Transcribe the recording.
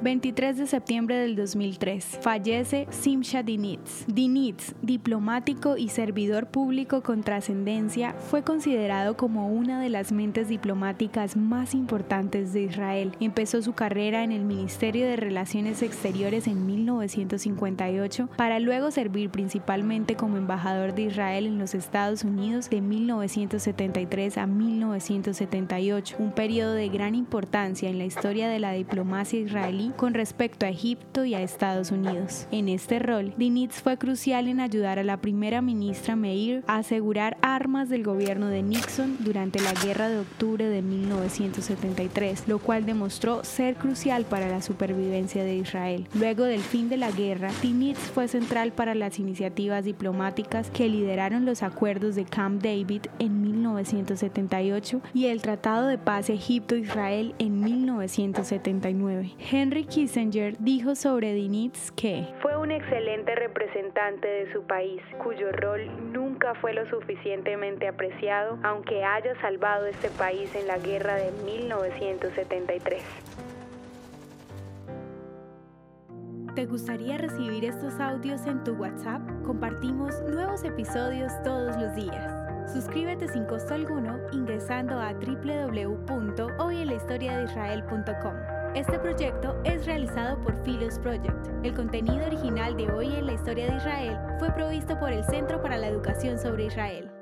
23 de septiembre del 2003. Fallece Simcha Dinitz. Dinitz, diplomático y servidor público con trascendencia, fue considerado como una de las mentes diplomáticas más importantes de Israel. Empezó su carrera en el Ministerio de Relaciones Exteriores en 1958 para luego servir principalmente como embajador de Israel en los Estados Unidos de 1973 a 1978, un periodo de gran importancia en la historia de la diplomacia israelí con respecto a Egipto y a Estados Unidos. En este rol, Dinitz fue crucial en ayudar a la primera ministra Meir a asegurar armas del gobierno de Nixon durante la Guerra de Octubre de 1973, lo cual demostró ser crucial para la supervivencia de Israel. Luego del fin de la guerra, Dinitz fue central para las iniciativas diplomáticas que lideraron los acuerdos de Camp David en 1978 y el Tratado de Paz Egipto-Israel en 1979. Henry Kissinger dijo sobre Dinitz que fue un excelente representante de su país, cuyo rol nunca fue lo suficientemente apreciado, aunque haya salvado este país en la guerra de 1973. ¿Te gustaría recibir estos audios en tu WhatsApp? Compartimos nuevos episodios todos los días. Suscríbete sin costo alguno ingresando a www.hoyenlahistoriadeisrael.com. Este proyecto es realizado por Philos Project. El contenido original de Hoy en la Historia de Israel fue provisto por el Centro para la Educación sobre Israel.